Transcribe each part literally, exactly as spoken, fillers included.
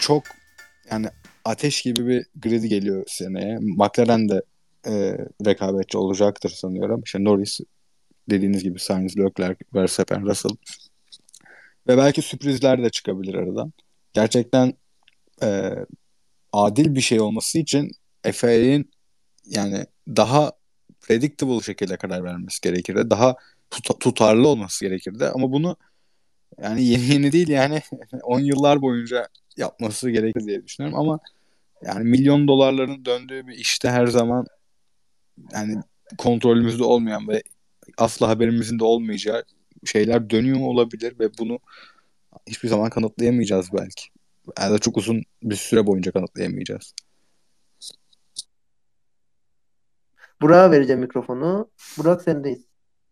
çok yani ateş gibi bir grid geliyor seneye. McLaren de e, rekabetçi olacaktır sanıyorum. İşte Norris, dediğiniz gibi Sainz, Leclerc, Verstappen, Russell ve belki sürprizler de çıkabilir aradan. Gerçekten e, adil bir şey olması için F I A'nin yani daha predictable şekilde karar vermesi gerekirdi. Daha tut- tutarlı olması gerekirdi. Ama bunu yani yeni yeni değil yani on yıllar boyunca yapması gerekir diye düşünüyorum. Ama yani milyon dolarların döndüğü bir işte her zaman yani kontrolümüzde olmayan ve asla haberimizin de olmayacağı şeyler dönüyor olabilir ve bunu hiçbir zaman kanıtlayamayacağız belki. Ya da çok uzun bir süre boyunca kanıtlayamayacağız. Burak'a vereceğim mikrofonu. Burak sendeyiz.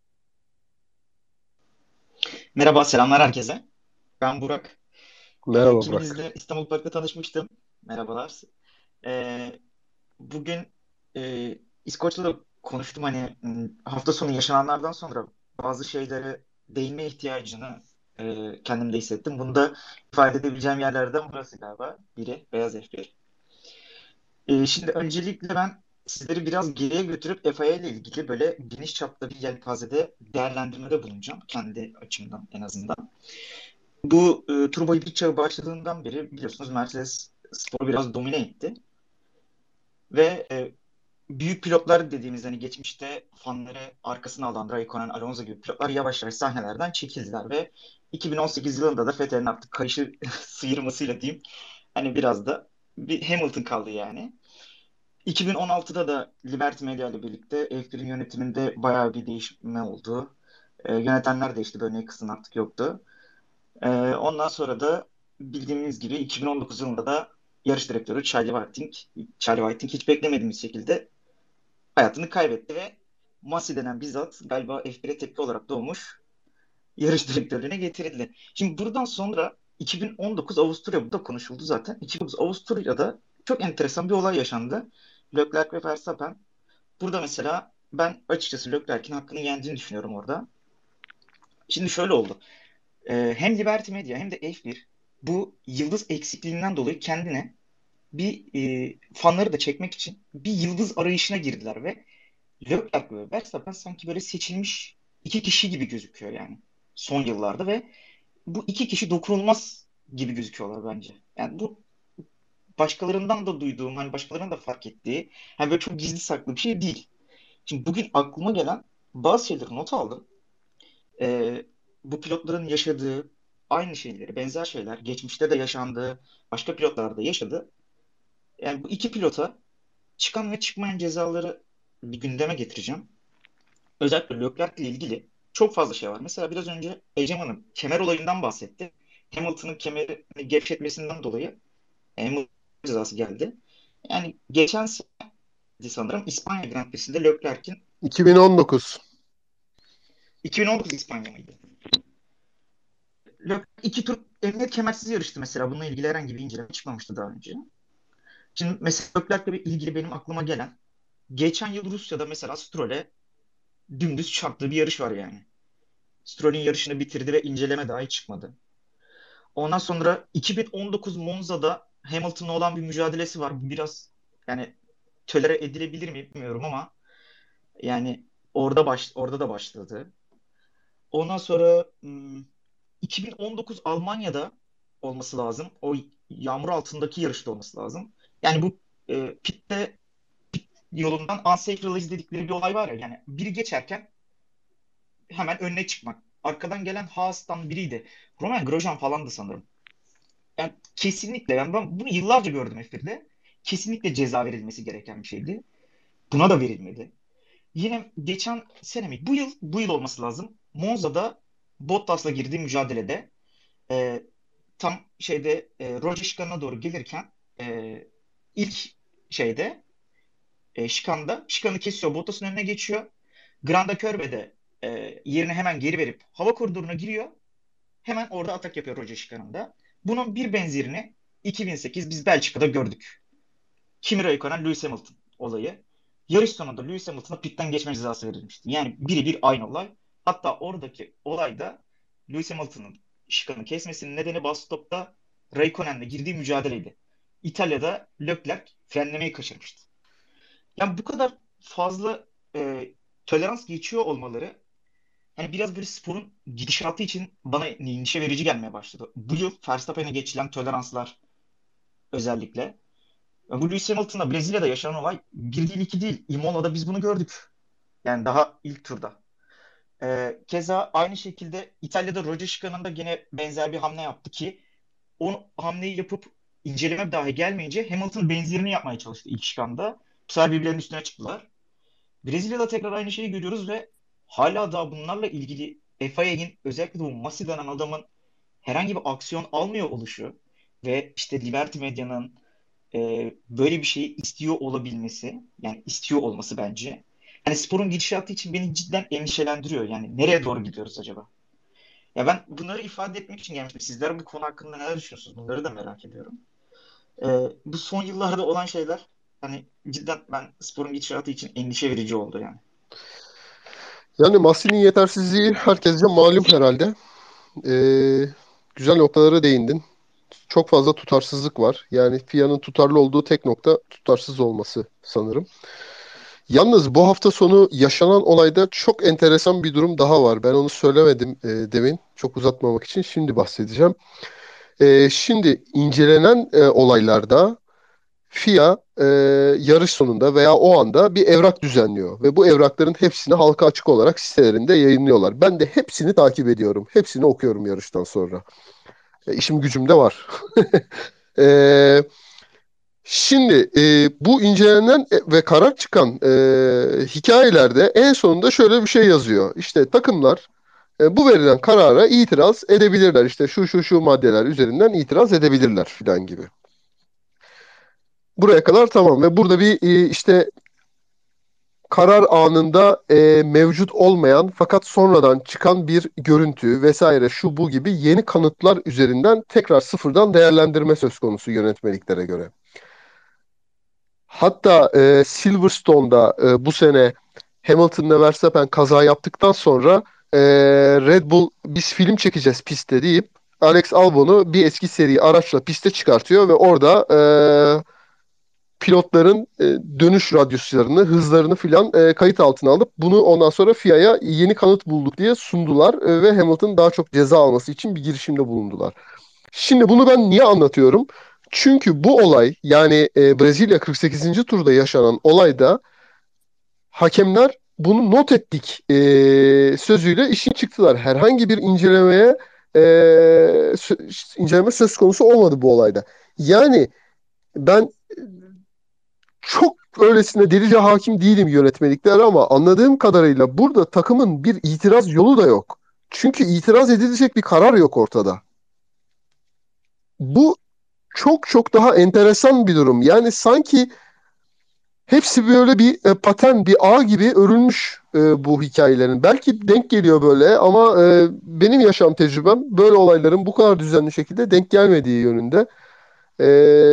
Merhaba, selamlar herkese. Ben Burak. Ee, Merhaba Burak. kiminizle İstanbul Park'ta tanışmıştım. Merhabalar. Ee, bugün e, İskoçya'da konuştum. Hani m, hafta sonu yaşananlardan sonra bazı şeylere değinme ihtiyacını e, kendimde hissettim. Bunu da ifade edebileceğim yerlerden burası galiba. Biri Beyaz F bir. Ee, şimdi öncelikle ben sizleri biraz geriye götürüp F I A ile ilgili böyle geniş çapta bir yelpazede değerlendirmede bulunacağım. Kendi açımdan en azından. Bu e, turbo hibrit çağı başladığından beri biliyorsunuz Mercedes sporu biraz domine etti. Ve e, büyük pilotlar dediğimiz hani geçmişte fanları arkasına alan Raikkonen, Alonso gibi pilotlar yavaş yavaş sahnelerden çekildiler ve iki bin on sekiz yılında da Vettel'in artık kayışı sıyırmasıyla diyeyim hani biraz da bir Hamilton kaldı yani. iki bin on altıda da Liberty Media ile birlikte F bir'in yönetiminde bayağı bir değişme oldu. E, yönetenler değişti. Böyle kısım artık yoktu. Ee, ondan sonra da bildiğimiz gibi iki bin on dokuz yılında da yarış direktörü Charlie Whiting, Charlie Whiting hiç beklemediğimiz şekilde hayatını kaybetti ve Masi denen bizzat galiba F bir'e tepki olarak doğmuş yarış direktörlüğüne getirildi. Şimdi buradan sonra iki bin on dokuz Avusturya, bu da konuşuldu zaten. iki bin on dokuz Avusturya'da çok enteresan bir olay yaşandı. Leclerc ve Verstappen. Burada mesela ben açıkçası Leclerc'in hakkını yendiğini düşünüyorum orada. Şimdi şöyle oldu. Ee, hem Liberty Media hem de F bir bu yıldız eksikliğinden dolayı kendine bir e, fanları da çekmek için bir yıldız arayışına girdiler ve Leclerc ve Verstappen sanki böyle seçilmiş iki kişi gibi gözüküyor yani son yıllarda ve bu iki kişi dokunulmaz gibi gözüküyorlar bence. Yani bu başkalarından da duyduğum, hani başkalarının da fark ettiği, hani böyle çok gizli saklı bir şey değil. Şimdi bugün aklıma gelen bazı şeyleri not aldım. Ee, bu pilotların yaşadığı aynı şeyleri, benzer şeyler geçmişte de yaşandığı, başka pilotlar da yaşadı. Yani bu iki pilota çıkan ve çıkmayan cezaları bir gündeme getireceğim. Özellikle Leclerc ile ilgili çok fazla şey var. Mesela biraz önce Ecem Hanım kemer olayından bahsetti. Hamilton'ın kemerini gevşetmesinden dolayı Hamilton cezası geldi. Yani geçen sene sanırım İspanya Grand Prix'sinde Leclerc'in iki bin on dokuz. iki bin on dokuz İspanya mıydı? Leclerc iki tur emniyet kemersiz yarıştı mesela. Bununla ilgili herhangi bir inceleme çıkmamıştı daha önce. Şimdi mesela Leclerc'le ilgili benim aklıma gelen geçen yıl Rusya'da mesela Stroll'e dümdüz çarptığı bir yarış var yani. Stroll'ün yarışını bitirdi ve inceleme dahi çıkmadı. Ondan sonra iki bin on dokuz Monza'da Hamilton'la olan bir mücadelesi var. Bu biraz yani tolere edilebilir mi bilmiyorum ama yani orada baş, orada da başladı. Ondan sonra hmm, iki bin on dokuz Almanya'da olması lazım. O yağmur altındaki yarışta olması lazım. Yani bu e, pitte yolundan unsafe release dedikleri bir olay var ya. Yani biri geçerken hemen önüne çıkmak. Arkadan gelen Haas'tan biriydi. Romain Grosjean falandı sanırım. Yani kesinlikle ben, ben bunu yıllarca gördüm F bir'de. Kesinlikle ceza verilmesi gereken bir şeydi. Buna da verilmedi. Yine geçen sene mi? Bu yıl bu yıl olması lazım. Monza'da Bottas'la girdiği mücadelede e, tam şeyde e, Roger şikanına doğru gelirken e, ilk şeyde e, şikanda şikanı kesiyor. Bottas'ın önüne geçiyor. Granda Körbe'de e, yerine hemen geri verip hava koridoruna giriyor. Hemen orada atak yapıyor Roger şikanında. Bunun bir benzerini iki bin sekiz biz Belçika'da gördük. Kimi Räikkönen, Lewis Hamilton olayı. Yarış sonunda Lewis Hamilton'a pitten geçme cezası verilmişti. Yani birebir aynı olay. Hatta oradaki olayda Lewis Hamilton'ın şıkanı kesmesinin nedeni bas stopta Raikkonen'le girdiği mücadeleydi. İtalya'da Leclerc frenlemeyi kaçırmıştı. Yani bu kadar fazla e, tolerans geçiyor olmaları hani biraz böyle sporun gidişatı için bana endişe verici gelmeye başladı. Bu yıl Verstappen'e geçilen toleranslar özellikle. Bu Lewis Hamilton'la Brezilya'da yaşanan olay bir değil iki değil. Imola'da biz bunu gördük. Yani daha ilk turda. Ee, keza aynı şekilde İtalya'da Roger Chicano'nda gene benzer bir hamle yaptı ki o hamleyi yapıp inceleme dahi gelmeyince Hamilton benzerini yapmaya çalıştı ilk şikanda. Bu sefer birbirlerinin üstüne çıktılar. Brezilya'da tekrar aynı şeyi görüyoruz ve hala daha bunlarla ilgili F I A'nin özellikle de bu Masi denen adamın herhangi bir aksiyon almıyor oluşu ve işte Liberty Medya'nın e, böyle bir şeyi istiyor olabilmesi, yani istiyor olması bence. Yani sporun gidişatı için beni cidden endişelendiriyor. Yani nereye doğru gidiyoruz acaba? Ya ben bunları ifade etmek için gelmiştim. Sizler bu konu hakkında neler düşünüyorsunuz? Bunları da merak ediyorum. E, Bu son yıllarda olan şeyler hani cidden ben sporun gidişatı için endişe verici oldu yani. Yani Massi'nin yetersizliği herkesce malum herhalde. Ee, güzel noktalara değindin. Çok fazla tutarsızlık var. Yani F I A'nın tutarlı olduğu tek nokta tutarsız olması sanırım. Yalnız bu hafta sonu yaşanan olayda çok enteresan bir durum daha var. Ben onu söylemedim e, demin. Çok uzatmamak için şimdi bahsedeceğim. E, şimdi incelenen e, olaylarda F I A e, yarış sonunda veya o anda bir evrak düzenliyor. Ve bu evrakların hepsini halka açık olarak sitelerinde yayınlıyorlar. Ben de hepsini takip ediyorum. Hepsini okuyorum yarıştan sonra. E, işim gücüm de var. e, Şimdi e, bu incelenen ve karar çıkan e, hikayelerde en sonunda şöyle bir şey yazıyor. İşte takımlar e, bu verilen karara itiraz edebilirler. İşte şu şu şu maddeler üzerinden itiraz edebilirler filan gibi. Buraya kadar tamam ve burada bir e, işte karar anında e, mevcut olmayan fakat sonradan çıkan bir görüntü vesaire şu bu gibi yeni kanıtlar üzerinden tekrar sıfırdan değerlendirme söz konusu yönetmeliklere göre. Hatta e, Silverstone'da e, bu sene Hamilton'la Verstappen kaza yaptıktan sonra e, Red Bull biz film çekeceğiz pistte deyip Alex Albon'u bir eski seri araçla piste çıkartıyor ve orada e, pilotların e, dönüş radyuslarını, hızlarını filan e, kayıt altına alıp bunu ondan sonra F I A'ya yeni kanıt bulduk diye sundular e, ve Hamilton daha çok ceza alması için bir girişimde bulundular. Şimdi bunu ben niye anlatıyorum? Çünkü bu olay yani e, Brezilya kırk sekizinci turda yaşanan olayda hakemler bunu not ettik e, sözüyle işin çıktılar. Herhangi bir incelemeye e, sö- inceleme söz konusu olmadı bu olayda. Yani ben çok öylesine delice hakim değilim yönetmeliklere ama anladığım kadarıyla burada takımın bir itiraz yolu da yok. Çünkü itiraz edilecek bir karar yok ortada. Bu çok çok daha enteresan bir durum. Yani sanki hepsi böyle bir e, patern, bir ağ gibi örülmüş e, bu hikayelerin. Belki denk geliyor böyle ama e, benim yaşam tecrübem böyle olayların bu kadar düzenli şekilde denk gelmediği yönünde. E,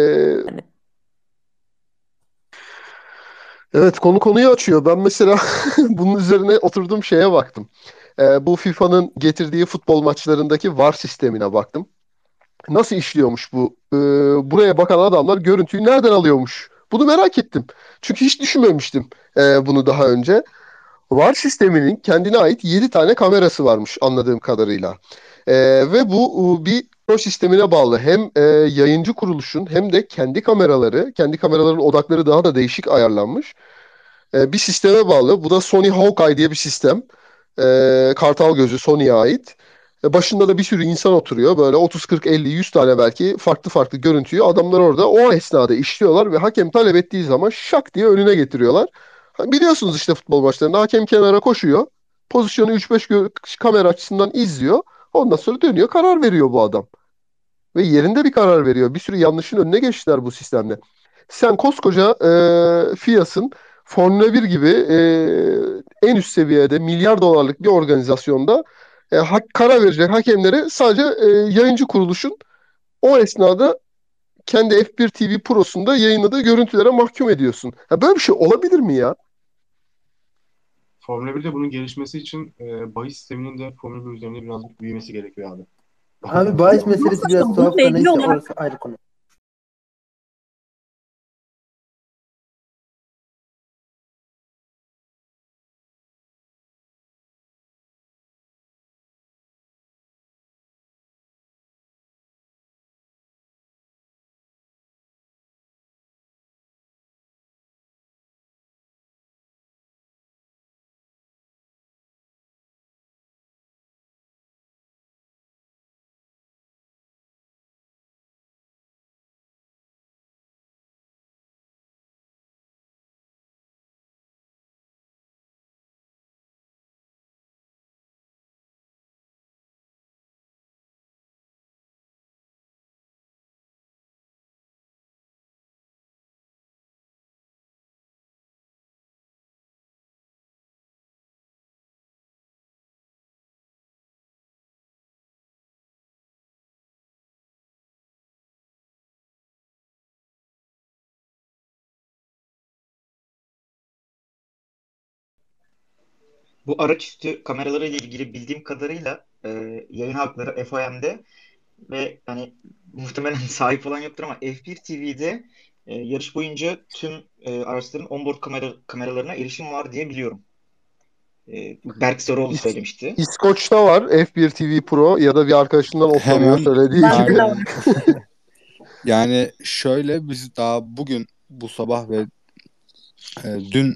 evet konu konuyu açıyor. Ben mesela bunun üzerine oturduğum şeye baktım. E, bu FIFA'nın getirdiği futbol maçlarındaki VAR sistemine baktım. Nasıl işliyormuş bu? Ee, buraya bakan adamlar görüntüyü nereden alıyormuş? Bunu merak ettim. Çünkü hiç düşünmemiştim e, bunu daha önce. VAR sisteminin kendine ait yedi tane kamerası varmış anladığım kadarıyla. Ee, ve bu e, bir pro sistemine bağlı. Hem e, yayıncı kuruluşun hem de kendi kameraları, kendi kameraların odakları daha da değişik ayarlanmış. E, bir sisteme bağlı. Bu da Sony Hawkeye diye bir sistem. E, Kartal gözü Sony'ye ait. E, başında da bir sürü insan oturuyor. Böyle otuz, kırk, elli, yüz tane belki farklı farklı görüntüyü adamlar orada o esnada işliyorlar ve hakem talep ettiği zaman şak diye önüne getiriyorlar. Ha, biliyorsunuz işte futbol maçlarında hakem kenara koşuyor. Pozisyonu üç beş gö- kamera açısından izliyor. Ondan sonra dönüyor karar veriyor bu adam. Ve yerinde bir karar veriyor. Bir sürü yanlışın önüne geçtiler bu sistemle. Sen koskoca e, F I A'sın Formula bir gibi e, en üst seviyede milyar dolarlık bir organizasyonda e, hak, karar verecek hakemleri sadece e, yayıncı kuruluşun o esnada kendi F bir T V Pro'sunda yayınladığı görüntülere mahkum ediyorsun. Ha, böyle bir şey olabilir mi ya? Formula birde bunun gelişmesi için e, bahis sisteminin de Formula bir üzerinde birazcık büyümesi gerekiyor abi. Abi bahis meselesi biraz Bununla tuhaf da ilgili neyse olarak orası ayrı konu. Bu araçüstü kameraları ile ilgili bildiğim kadarıyla e, yayın hakları F O M'de ve hani muhtemelen sahip olan yoktur ama F bir T V'de e, yarış boyunca tüm e, araçların onboard kamera, kameralarına erişim var diye biliyorum. E, Berk Sarıoğlu İs- söylemişti. İskoç'ta var F bir T V Pro ya da bir arkadaşından Otonio Hemen söylediği bende gibi. de aynen. var. Yani şöyle biz daha bugün bu sabah ve e, dün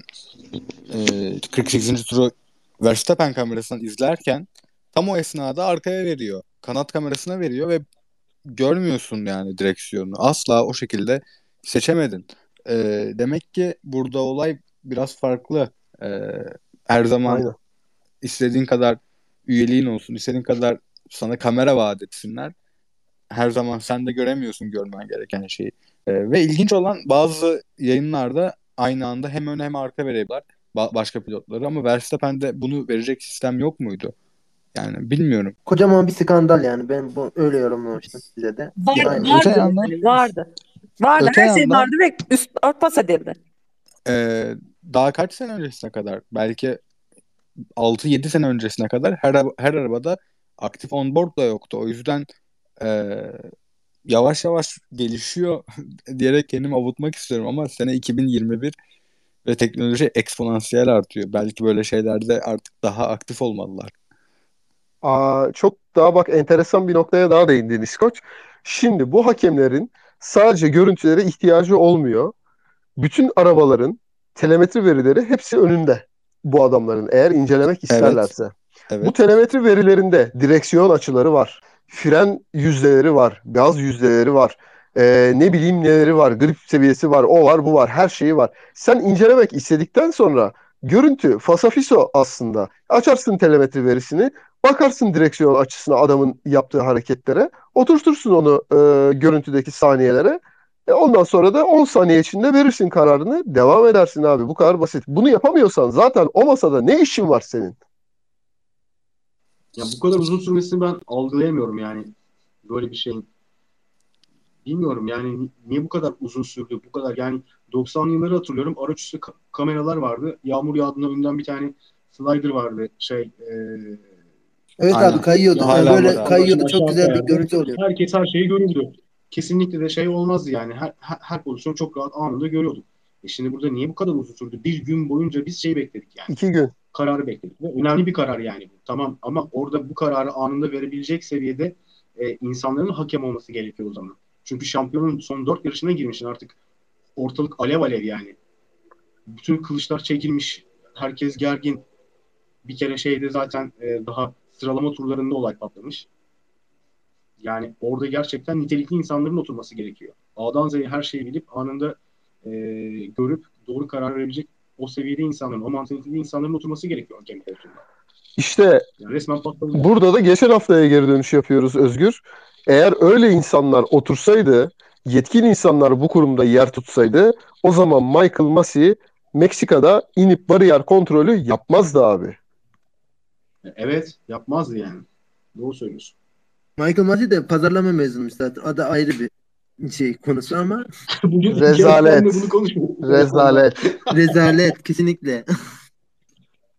e, kırk sekizinci turu Verstappen kamerasından izlerken tam o esnada arkaya veriyor. Kanat kamerasına veriyor ve görmüyorsun yani direksiyonu. Asla o şekilde seçemedin. E, demek ki burada olay biraz farklı. E, her zaman Aynen. istediğin kadar üyeliğin olsun, istediğin kadar sana kamera vaat etsinler. Her zaman sen de göremiyorsun görmen gereken şeyi. Ee, ve ilginç olan bazı yayınlarda aynı anda hem ön hem arka verebiliyorlar ba- başka pilotları ama Verstappen'de bunu verecek sistem yok muydu? Yani bilmiyorum. Kocaman bir skandal yani. Ben bu öyle yorumlamıştım size de. Var, Ya Aynen. öte vardı yandan yani, vardı. Vardı, öte her şey yandan vardı ve üst örtbas edildi. e, daha kaç sene öncesine kadar belki altı yedi sene öncesine kadar her araba- her arabada aktif onboard da yoktu. O yüzden e, yavaş yavaş gelişiyor diyerek kendimi avutmak istiyorum ama sene iki bin yirmi bir ve teknoloji eksponansiyel artıyor. Belki böyle şeylerde artık daha aktif olmalılar. Aa, çok daha bak enteresan bir noktaya daha değindin İskoç. Şimdi bu hakemlerin sadece görüntülere ihtiyacı olmuyor. Bütün arabaların telemetri verileri hepsi önünde bu adamların eğer incelemek Evet, isterlerse. Bu evet, telemetri verilerinde direksiyon açıları var, fren yüzdeleri var, gaz yüzdeleri var, ee, ne bileyim neleri var, grip seviyesi var, o var, bu var, her şeyi var. Sen incelemek istedikten sonra görüntü fasafiso aslında. Açarsın telemetri verisini, bakarsın direksiyon açısına adamın yaptığı hareketlere, oturtursun onu e, görüntüdeki saniyelere. E ondan sonra da on saniye içinde verirsin kararını, devam edersin abi. Bu kadar basit. Bunu yapamıyorsan zaten o masada ne işin var senin? Ya bu kadar uzun sürmesini ben algılayamıyorum yani böyle bir şeyin. Bilmiyorum yani niye bu kadar uzun sürdü, bu kadar yani doksanlı yılları hatırlıyorum. Araçüstü ka- kameralar vardı. Yağmur yağdığında önden bir tane slider vardı. Şey, e, Evet abi aynen. kayıyordu. Yani Hala var böyle abi. kayıyordu. başını Çok aşağı güzel bir koyardı. görüntü oluyor. Herkes her şeyi görürdü. Kesinlikle de şey olmazdı yani. Her, her, her pozisyonu çok rahat anında görüyorduk. E şimdi burada niye bu kadar uzun sürdü? Bir gün boyunca biz şey bekledik yani. İki gün. Kararı bekledik. Ve önemli bir karar yani bu. Tamam ama orada bu kararı anında verebilecek seviyede e, insanların hakem olması gerekiyor o zaman. Çünkü şampiyonun son dört yarışına girmişsin artık. Ortalık alev alev yani. Bütün kılıçlar çekilmiş. Herkes gergin. Bir kere şeyde zaten e, daha sıralama turlarında olay patlamış. Yani orada gerçekten nitelikli insanların oturması gerekiyor. A'dan Z'ye her şeyi bilip anında e, görüp doğru karar verebilecek o seviyede insanların, o mantalitede insanların oturması gerekiyor hakem koltuğunda. İşte Yani resmen patladılar. burada da geçen haftaya geri dönüş yapıyoruz Özgür. Eğer öyle insanlar otursaydı, yetkin insanlar bu kurumda yer tutsaydı, o zaman Michael Masi Meksika'da inip bariyer kontrolü yapmazdı abi. Evet, yapmazdı yani. Doğru söylüyorsun. Michael Masi de pazarlama mezunuymuş zaten. O da ayrı bir şey konusu ama Bugün iki kere Rezalet. seninle bunu konuşuyoruz. Rezalet. rezalet kesinlikle.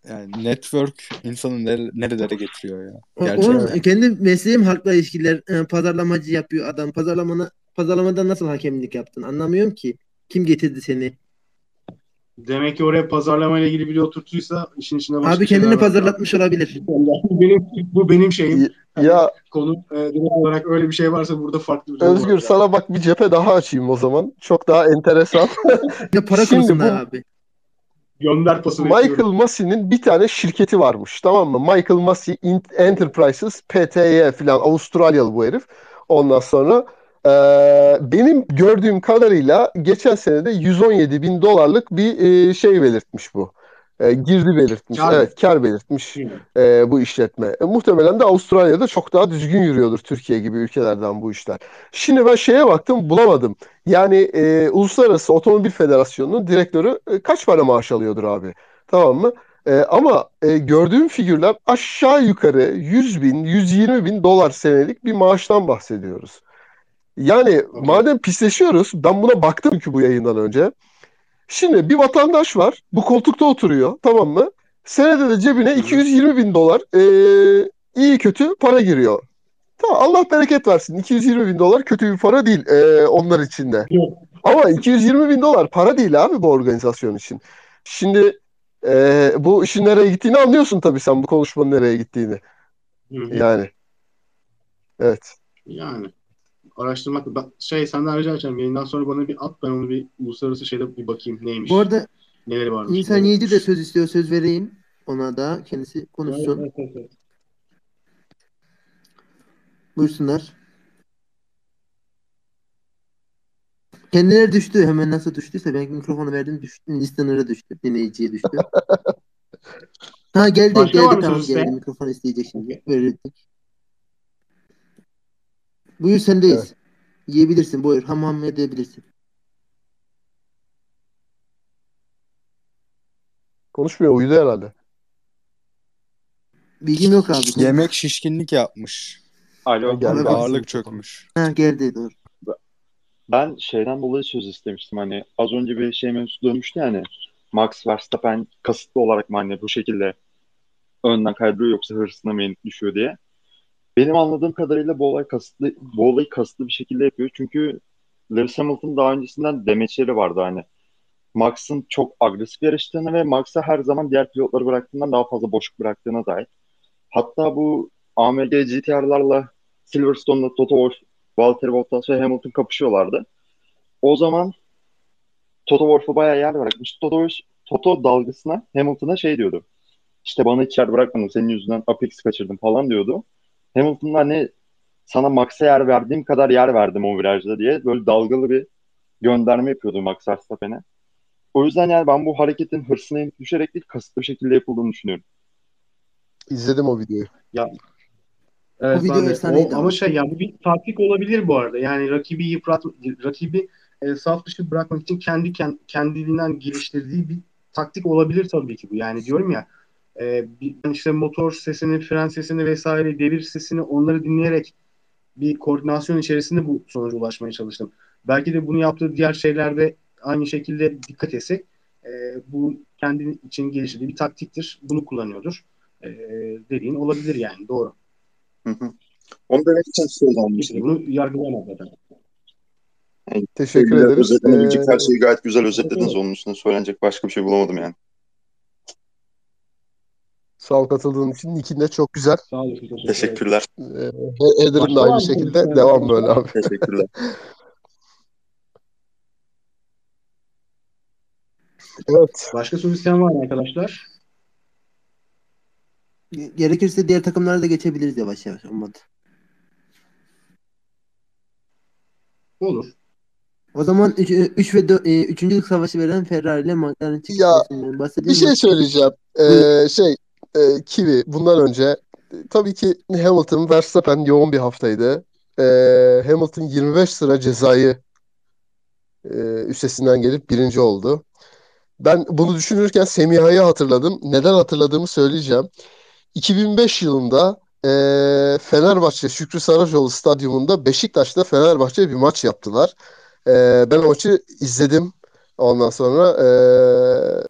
Yani network insanı nere- nerelere getiriyor ya. O- Gerçekten. Oğlum kendi mesleğim halkla ilişkiler. E, pazarlamacı yapıyor adam. Pazarlamana, pazarlamadan nasıl hakemlik yaptın? Anlamıyorum ki. Kim getirdi seni? Demek ki oraya pazarlama ile ilgili biri oturttuysa işin içinde başka Abi şeyler kendini var. pazarlatmış olabilir. Bu benim, bu benim şeyim. Y- Hani Ya konu e, direkt olarak öyle bir şey varsa burada farklı bir cevap Özgür var. sana bak bir cephe daha açayım o zaman. Çok daha enteresan. Ya para Şimdi konusunda bu abi. Gönder pası Michael bekliyorum. Massey'nin bir tane şirketi varmış, tamam mı? Michael Massey Enterprises P T Y falan, Avustralyalı bu herif. Ondan sonra eee, benim gördüğüm kadarıyla geçen sene de yüz on yedi bin dolarlık bir eee, şey belirtmiş bu. Eee, girdi belirtmiş. Kâr mı? Evet, kar belirtmiş Hı. eee, bu işletme. E, muhtemelen de Avustralya'da çok daha düzgün yürüyordur Türkiye gibi ülkelerden bu işler. Şimdi ben şeye baktım, bulamadım. Yani e, Uluslararası Otomobil Federasyonu'nun direktörü e, kaç para maaş alıyordur abi? Tamam mı? E, ama e, gördüğüm figürler aşağı yukarı yüz bin, yüz yirmi bin dolar senelik bir maaştan bahsediyoruz. Yani Okey. madem pisleşiyoruz, ben buna baktım çünkü bu yayından önce. Şimdi bir vatandaş var, bu koltukta oturuyor, tamam mı? Senede de cebine Hı hı. iki yüz yirmi bin dolar e, iyi kötü para giriyor. Tamam, Allah bereket versin. iki yüz yirmi bin dolar kötü bir para değil e, onlar için de. Yok. Ama iki yüz yirmi bin dolar para değil abi bu organizasyon için. Şimdi e, bu işin nereye gittiğini anlıyorsun tabii sen bu konuşmanın nereye gittiğini. Hı hı. Yani evet. Yani araştırmak ben, şey senden rica edeceğim. Yayından sonra bana bir at, ben onu bir uluslararası şeyde bir bakayım neymiş. Bu arada Neleri varmış. insan neleri yiğidi de yokmuş. söz istiyor. Söz vereyim. Ona da kendisi Evet, konuşsun. evet, evet, evet. Buyursunlar. Kendileri düştü. Hemen nasıl düştüyse ben mikrofonu verdim düştü. Listener'a düştü. Dinleyiciye düştü. Ha geldi Başka var geldi mı söz tamam geldi. isteyen? Mikrofon isteyecek şimdi. Okey. Verirdik. Buyur Evet. sendeyiz. Yiyebilirsin buyur. Ham ham edebilirsin. Konuşmuyor, uyudu herhalde. Bilgim yok abi. Sen... Yemek şişkinlik yapmış. Ha, Alo. geldi. Olabilir. Ağırlık çökmüş. Ha geldi doğru. Ben şeyden dolayı söz istemiştim, hani az önce bir şey mevzusu dönmüştü yani, Max Verstappen kasıtlı olarak mı hani bu şekilde önden kaydırıyor yoksa hırsına mı yenik düşüyor diye. Benim anladığım kadarıyla bu olay kasıtlı, bu olayı kasıtlı bir şekilde yapıyor. Çünkü Lewis Hamilton daha öncesinden demeçleri vardı hani. Max'ın çok agresif yarıştığını ve Max'a her zaman diğer pilotları bıraktığından daha fazla boşluk bıraktığına dair. Hatta bu A M G G T R'larla Silverstone'la Toto Wolff, Valtteri Bottas ve Hamilton kapışıyorlardı. O zaman Toto Wolff'a bayağı yer bırakmış. Toto, Toto dalgasına Hamilton'a şey diyordu. İşte bana hiç yer bırakmadın, senin yüzünden Apex'i kaçırdım falan diyordu. Hamilton'da hani sana Max'a yer verdiğim kadar yer verdim o virajda diye böyle dalgalı bir gönderme yapıyordu Max Verstappen'e. O yüzden yani ben bu hareketin hırsına yenik düşerek değil, kasıtlı bir şekilde yapıldığını düşünüyorum. İzledim o videoyu. Ya evet, O video ben de. efsaneydi O, ama ama. şey ya bu bir taktik olabilir bu arada. Yani rakibi yıprat rakibi e, saf dışı bırakmak için kendi kend- kendiliğinden geliştirdiği bir taktik olabilir tabii ki bu. Yani diyorum ya e, bir, işte motor sesini, fren sesini vesaire, devir sesini onları dinleyerek bir koordinasyon içerisinde bu sonuca ulaşmaya çalıştım. Belki de bunu yaptığı diğer şeylerde aynı şekilde dikkat etsek e, bu kendi için geliştirdiği bir taktiktir. Bunu kullanıyordur. E, dediğin olabilir yani. Doğru. Hı hı. Onu demek için söz İşte almıştım. bunu yargılayamaz zaten. Yani Teşekkür sevgili ederiz. özetlenebilecek her Ee, şeyi gayet güzel özetlediniz. Evet. Onun üstüne söylenecek başka bir şey bulamadım yani. sağ ol katıldığın için. Nick'in de çok güzel. Sağ olasın. Teşekkür ederim. Teşekkürler. Ee, Heather'ın da Başka var aynı mı şekilde. konuşmaya Devam böyle arkadaşlar? abi. Teşekkürler. Evet. Başka soru isteyen var mı arkadaşlar? Gerekirse diğer takımlara da geçebiliriz yavaş yavaş. Olmadı. Olur. O zaman üç ve dört, üçüncülük savaşı veren Ferrari ile McLaren Ya çekişmesinden bir bahsedelim şey mi? söyleyeceğim. Buyur. Ee, şey e, Kiwi bundan önce e, tabii ki Hamilton Verstappen yoğun bir haftaydı. Ee, Hamilton yirmi beş sıra cezayı e, üstesinden gelip birinci oldu. Ben bunu düşünürken Semiha'yı hatırladım. Neden hatırladığımı söyleyeceğim. iki bin beş yılında e, Fenerbahçe Şükrü Saracoğlu Stadyumunda Beşiktaş'ta Fenerbahçe bir maç yaptılar. E, ben o maçı izledim ondan sonra e, ve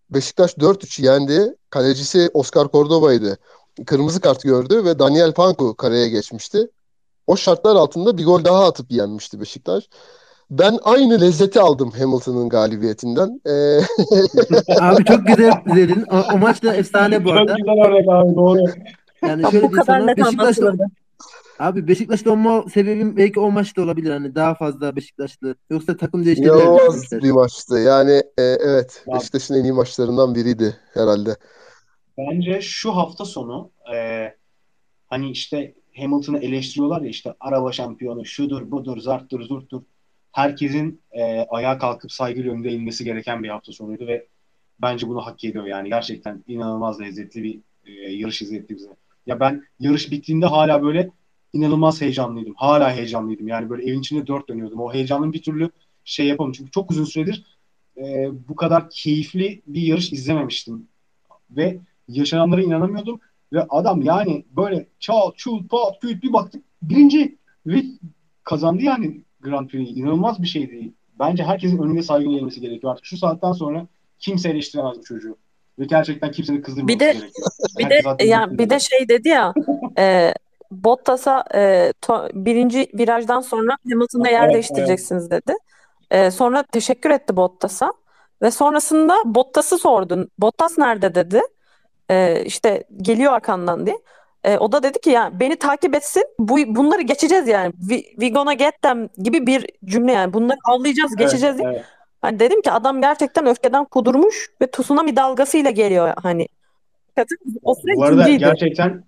Beşiktaş dört üç yendi. Kalecisi Oscar Cordoba'ydı. Kırmızı kart gördü ve Daniel Panku kareye geçmişti. O şartlar altında bir gol daha atıp yenmişti Beşiktaş. Ben aynı lezzeti aldım Hamilton'ın galibiyetinden. Ee, Abi çok güzel dedin. O, o maç da efsane bu Çok arada. güzel örnek abi, doğru. Yani Ya şöyle bu diyeyim kadar sana. net Beşiktaş'ta anlatılırdı. abi Beşiktaş'ta olma sebebim belki o maçta olabilir. Hani daha fazla Beşiktaşlı. Yoksa takım değiştirdiler inanılmaz düşünmüşler. bir maçtı. Yani e, evet Ya Beşiktaş'ın en iyi maçlarından biriydi herhalde. bence şu hafta sonu e, hani işte Hamilton'ı eleştiriyorlar ya, işte araba şampiyonu şudur budur zarttır zurttur. Herkesin e, ayağa kalkıp saygıyla önünde eğilmesi gereken bir hafta sonuydu ve bence bunu hak ediyor yani. Gerçekten inanılmaz lezzetli bir e, yarış izletti bize. Ya ben yarış bittiğinde hala böyle inanılmaz heyecanlıydım. Hala heyecanlıydım. Yani böyle evin içinde dört dönüyordum. O heyecanın bir türlü şey yapamadım. Çünkü çok uzun süredir e, bu kadar keyifli bir yarış izlememiştim. Ve yaşananlara inanamıyordum. Ve adam yani böyle çat çut pat küt bir baktık birinci ve kazandı yani Grand Prix'yi. İnanılmaz bir şeydi. Bence herkesin önünde saygılı gelmesi gerekiyor. Artık şu saatten sonra kimse eleştiremez bu çocuğu. Ve gerçekten kimsenin Bir kızdırmaması de gerekiyor. bir de Herkes haddini yani bir de bildirmeli. şey dedi ya e, Bottas'a e, to- birinci virajdan sonra Hamilton'la yer Evet, evet. değiştireceksiniz dedi. E, sonra teşekkür etti Bottas'a ve sonrasında Bottas'ı sordun. Bottas nerede dedi. E, işte geliyor arkandan diye. E, o da dedi ki ya beni takip etsin. Bu bunları geçeceğiz yani. We, we gonna get them gibi bir cümle yani. Bunları avlayacağız, Evet, geçeceğiz diye. evet. Hani dedim ki adam gerçekten öfkeden kudurmuş ve tsunami dalgasıyla geliyor hani. Kadın o sıra Bu arada ikinciydi. gerçekten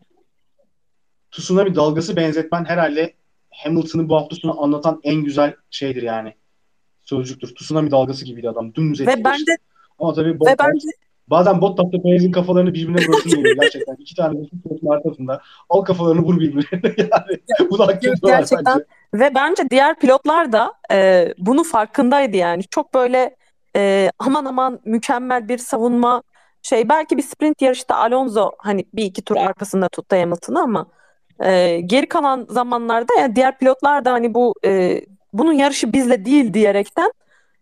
tsunami dalgası benzetmen herhalde Hamilton'ı bu hafta sonu anlatan en güzel şeydir yani. Sözcüktür. Tsunami dalgası gibiydi adam. Dümdüz Ve etti bence geçti. Ama tabii ve Bottas bence bazen Bottas'la Perez'in kafalarını birbirine vurasın geliyor gerçekten. İki tane de futbolun arkasında. Al kafalarını vur birbirine. Yani bunu hak Ger- ediyorlar gerçekten bence. ve bence diğer pilotlar da e, bunun farkındaydı yani. Çok böyle e, aman aman mükemmel bir savunma şey belki bir sprint yarışta Alonso hani bir iki tur arkasında tuttu Hamilton'ı ama e, geri kalan zamanlarda yani diğer pilotlar da hani bu e, bunun yarışı bizle değil diyerekten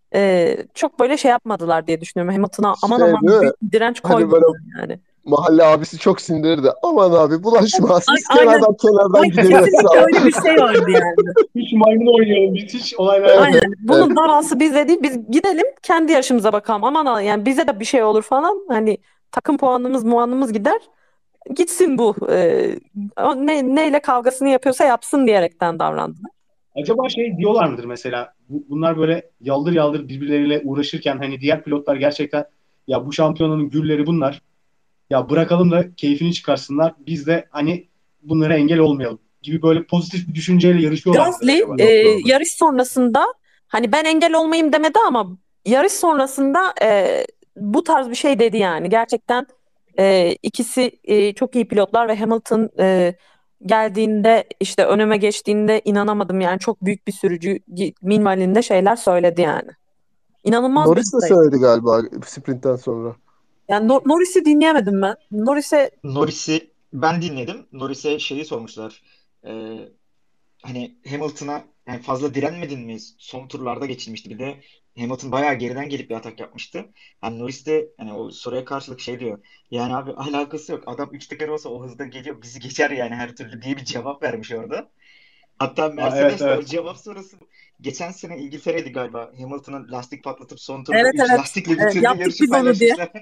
e, çok böyle şey yapmadılar diye düşünüyorum. Hamilton'a aman Şey aman değil mi? büyük bir direnç Hani böyle koymadılar yani. mahalle abisi çok sindirirdi. Aman abi bulaşma. Ay, Siz aynen. kenardan kenardan Ay, gidin kesinlikle hesabı. öyle bir şey vardı yani. Hiç maymun oynayalım. Biz hiç olaylara Aynen. Evet. Bunun davası bizde değil. Biz gidelim kendi yaşımıza bakalım. Aman Allah yani bize de bir şey olur falan. Hani takım puanımız muanımız gider. Gitsin bu. Ee, o ne, neyle kavgasını yapıyorsa yapsın diyerekten davrandılar. Acaba şey diyorlar mıdır mesela? Bu- Bunlar böyle yaldır yaldır birbirleriyle uğraşırken hani diğer pilotlar gerçekten ya bu şampiyonanın gülleri bunlar. Ya bırakalım da keyfini çıkarsınlar. Biz de hani bunlara engel olmayalım gibi böyle pozitif bir düşünceyle yarışıyorlar mıdır Gasly acaba? e, Yok abi. yarış sonrasında hani ben engel olmayayım demedi ama yarış sonrasında e, bu tarz bir şey dedi yani. Gerçekten e, ikisi e, çok iyi pilotlar ve Hamilton e, geldiğinde işte önüme geçtiğinde inanamadım yani çok büyük bir sürücü minvalinde şeyler söyledi yani. İnanılmaz bir Norris de haftaydı. söyledi galiba sprintten sonra. Yani Nor- Norris'i dinleyemedim ben. Norris'e Norris'i ben dinledim. Norris'e şeyi sormuşlar. Ee, hani Hamilton'a yani fazla direnmedin mi? Son turlarda geçilmişti. Bir de Hamilton bayağı geriden gelip bir atak yapmıştı. Yani Norris de hani o soruya karşılık şey diyor. Yani abi alakası yok. Adam üç teker olsa o hızda geliyor. Bizi geçer yani her türlü diye bir cevap vermiş orada. Hatta Aa, evet Mercedes de o evet. cevap sonrası geçen sene İngiltere'ydi galiba. Hamilton'ın lastik patlatıp son turda evet üç evet lastikle evet, bitirdiği yaptık yarışı biz onu diye. paylaşmışlar.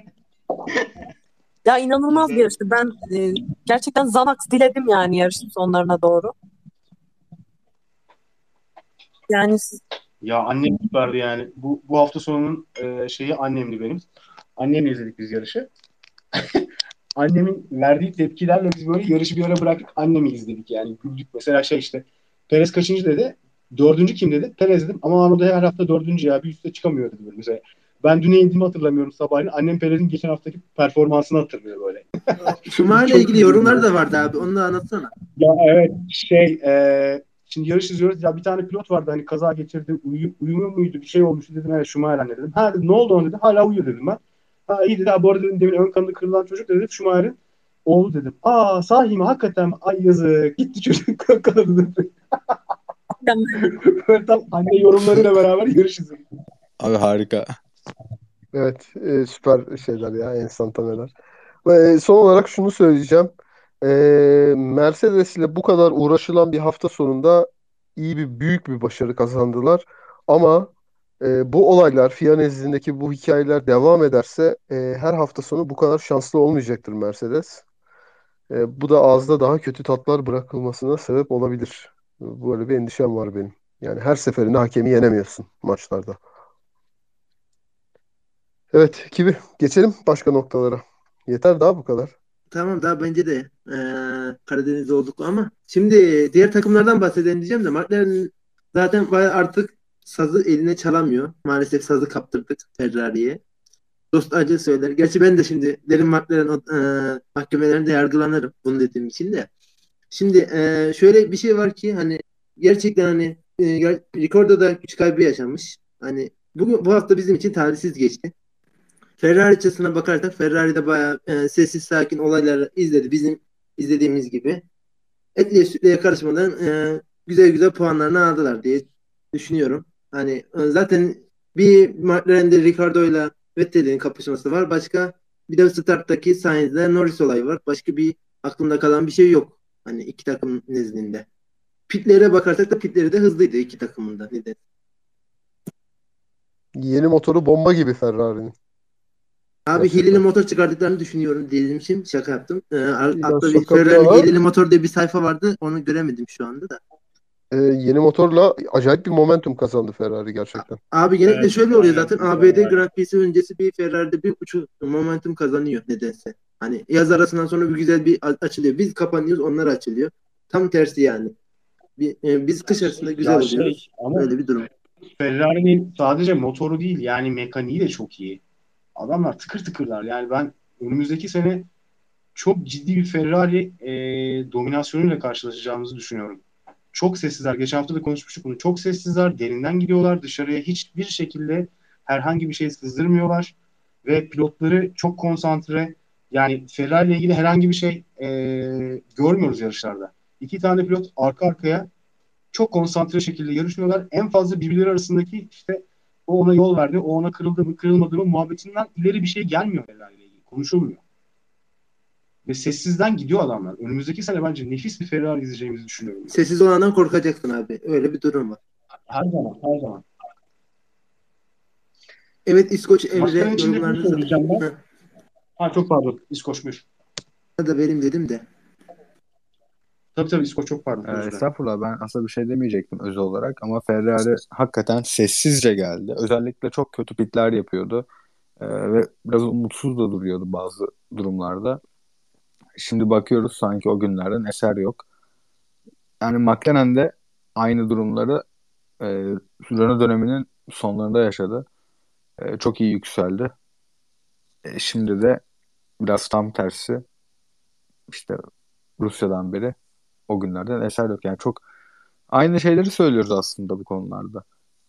Ya inanılmaz bir Güzel. yarıştı. Ben e, gerçekten Xanax diledim yani yarışın sonlarına doğru. Yani siz- Ya annem süperdi yani. Bu, bu hafta sonunun e, şeyi annemdi benim. Annemle izledik biz yarışı. Annemin verdiği tepkilerle biz böyle yarışı bir ara bıraktık. Annemi izledik yani. Güldük. Mesela şey işte Perez kaçıncı dedi. Dördüncü kim dedi? Perez dedim. Ama Arnold her hafta dördüncü ya. Bir üstte çıkamıyor dedi böyle mesela. Ben dün eğildiğimi hatırlamıyorum sabahleyin. Annem Perez'in geçen haftaki performansını hatırlıyor böyle. Schumacher'le Çok ilgili güldük. yorumlar da vardı abi. Onu da anlatsana. Ya evet şey e, şimdi yarış izliyoruz. Ya bir tane pilot vardı hani kaza geçirdi. Uyu, uyumuyor muydu? Bir şey olmuştu dedim. Evet Schumacher anne dedim. Ha dedi ne oldu ona dedi. Hala uyuyor dedim ben. Ha iyi dedi. Ha, bu arada dedim demin ön kanadı kırılan çocuk dedim. Schumacher'in oğlu dedim. Aa sahi mi? Hakikaten mi? Ay yazık. Gitti çocuk ön kanadı dedim. Böyle tam anne yorumlarıyla beraber yarış izledik. Abi harika. Evet, e, süper şeyler ya, enstantaneler. Ve son olarak şunu söyleyeceğim. E, Mercedes ile bu kadar uğraşılan bir hafta sonunda iyi bir büyük bir başarı kazandılar. Ama e, bu olaylar, F I A nezdindeki bu hikayeler devam ederse e, her hafta sonu bu kadar şanslı olmayacaktır Mercedes. E, bu da ağızda daha kötü tatlar bırakılmasına sebep olabilir. Böyle bir endişem var benim. Yani her seferinde hakemi yenemiyorsun maçlarda. Evet, gibi. Geçelim başka noktalara. Yeter daha bu kadar. Tamam daha bence de eee Karadeniz'de olduk ama şimdi diğer takımlardan bahsedelim diyeceğim de McLaren zaten bayağı artık sazı eline çalamıyor. Maalesef sazı kaptırdık Ferrari'ye. Dost acı söyler. Gerçi ben de şimdi derin McLaren eee mahkemelerinde yargılanırım bunu dediğim için de. Şimdi eee, şöyle bir şey var ki hani gerçekten hani eee, ger- Ricardo da güç kaybı yaşamış. Hani bugün bu hafta bizim için talihsiz geçti. Ferrari açısına bakarsak Ferrari de bayağı e, sessiz sakin olayları izledi. Bizim izlediğimiz gibi. Etliye sütlüye karışmadan e, güzel güzel puanlarını aldılar diye düşünüyorum. Hani e, zaten bir McLaren'de Ricardo'yla Vettel'in kapışması var. Başka bir de starttaki Sainz'le Norris olayı var. Başka bir aklımda kalan bir şey yok. Hani iki takım nezdinde. Pitlere bakarsak da pitleri de hızlıydı iki takımın da. Neden? Yeni motoru bomba gibi Ferrari'nin. Abi hileli Gerçekten. motor çıkardıklarını düşünüyorum dediğim için şaka yaptım. Ee, Ya altta bir şaka bir Ferrari yana hileli motor diye bir sayfa vardı. Onu göremedim şu anda da. e, yeni motorla acayip bir momentum kazandı Ferrari gerçekten. Abi genellikle Evet, şöyle oluyor aynen. zaten. A B D Grand Prix'si öncesi bir Ferrari'de bir uçu momentum kazanıyor nedense. Hani yaz arasından sonra bir güzel bir a- açılıyor. Biz kapanıyoruz onlar açılıyor. Tam tersi yani. Bir, e, biz kış arasında güzel Ya şey oluyoruz. ama Öyle bir durum. Ferrari'nin sadece motoru değil yani mekaniği de çok iyi. Adamlar tıkır tıkırlar. Yani ben önümüzdeki sene çok ciddi bir Ferrari e, dominasyonuyla karşılaşacağımızı düşünüyorum. Çok sessizler. Geçen hafta da konuşmuştuk bunu. Çok sessizler. Derinden gidiyorlar. Dışarıya hiçbir şekilde herhangi bir şey sızdırmıyorlar. Ve pilotları çok konsantre. Yani Ferrari ile ilgili herhangi bir şey e, görmüyoruz yarışlarda. İki tane pilot arka arkaya çok konsantre şekilde yarışıyorlar. En fazla birbirleri arasındaki işte o ona yol verdi, o ona kırıldı mı kırılmadı mı muhabbetinden ileri bir şey gelmiyor Ferrari ile ilgili. Konuşulmuyor. Ve sessizden gidiyor adamlar. Önümüzdeki sene bence nefis bir Ferrari izleyeceğimizi düşünüyorum. Ben. Sessiz olandan korkacaksın abi. Öyle bir durum var. Her zaman, her zaman. Evet İskoç Emre McLaren için de bunu yorumlarınızı söyleyeceğim ben. Heh, Ha çok pardon. İskoç buyur. da benim dedim de. Tabii tabii İskoç çok pardon. Ee, Özür dilerim. estağfurullah, ben aslında bir şey demeyecektim özel olarak ama Ferrari hakikaten sessizce geldi. Özellikle çok kötü pitler yapıyordu. Ee, ve biraz umutsuz da duruyordu bazı durumlarda. Şimdi bakıyoruz sanki o günlerden eser yok. Yani McLaren de aynı durumları e, Renault döneminin sonlarında yaşadı. E, çok iyi yükseldi. E, şimdi de biraz tam tersi, işte Rusya'dan beri o günlerden eser yok. Yani çok aynı şeyleri söylüyoruz aslında bu konularda.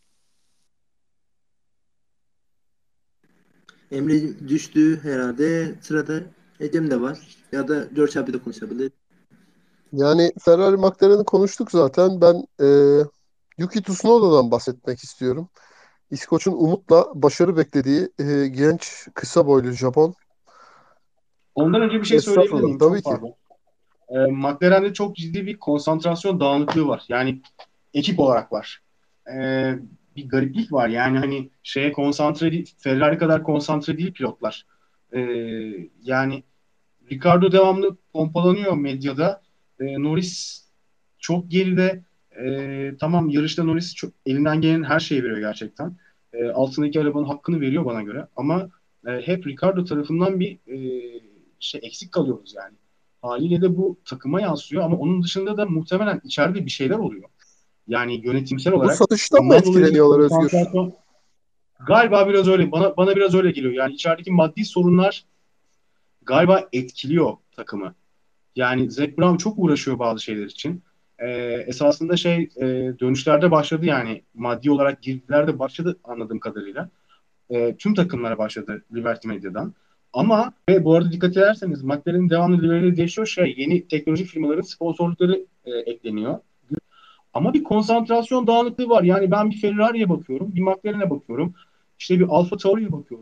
Emre düştü herhalde. Sırada Ecem de var. Ya da George abi de konuşabilir. Yani Ferrari McLaren'i konuştuk zaten. Ben e, Yuki Tsunoda'dan bahsetmek istiyorum. İskoç'un umutla başarı beklediği e, genç kısa boylu Japon. Ondan önce bir şey söyleyebilir Estağfurullah miyim? tabii Çok ki. pardon. Ee, McLaren'de çok ciddi bir konsantrasyon dağınıklığı var. Yani ekip olarak var. Ee, bir gariplik var. Yani hani şeye konsantre değil, Ferrari kadar konsantre değil pilotlar. Ee, yani Ricardo devamlı pompalanıyor medyada. Ee, Norris çok geride. Ee, tamam yarışta Norris çok, elinden gelen her şeyi veriyor gerçekten. Ee, altındaki arabanın hakkını veriyor bana göre. Ama e, hep Ricardo tarafından bir e, şey eksik kalıyoruz yani. Haliyle de bu takıma yansıyor ama onun dışında da muhtemelen içeride bir şeyler oluyor. Yani yönetimsel Bu olarak satıştan mı bundan dolayı bir etkileniyorlar Özgür? konsantrasyon galiba biraz öyle. Bana bana biraz öyle geliyor. Yani içerideki maddi sorunlar galiba etkiliyor takımı. Yani Zac Brown çok uğraşıyor bazı şeyler için. Ee, esasında şey e, dönüşlerde başladı yani maddi olarak girdilerde başladı anladığım kadarıyla. Ee, tüm takımlara başladı Liberty Media'dan. Ama ve bu arada dikkat ederseniz McLaren'in devamlı livery'leri değişiyor. Şey, yeni teknoloji firmaların sponsorlukları e, ekleniyor. Ama bir konsantrasyon dağınıklığı var. Yani ben bir Ferrari'ye bakıyorum, bir McLaren'e bakıyorum, işte bir Alfa Tauri'ye bakıyorum.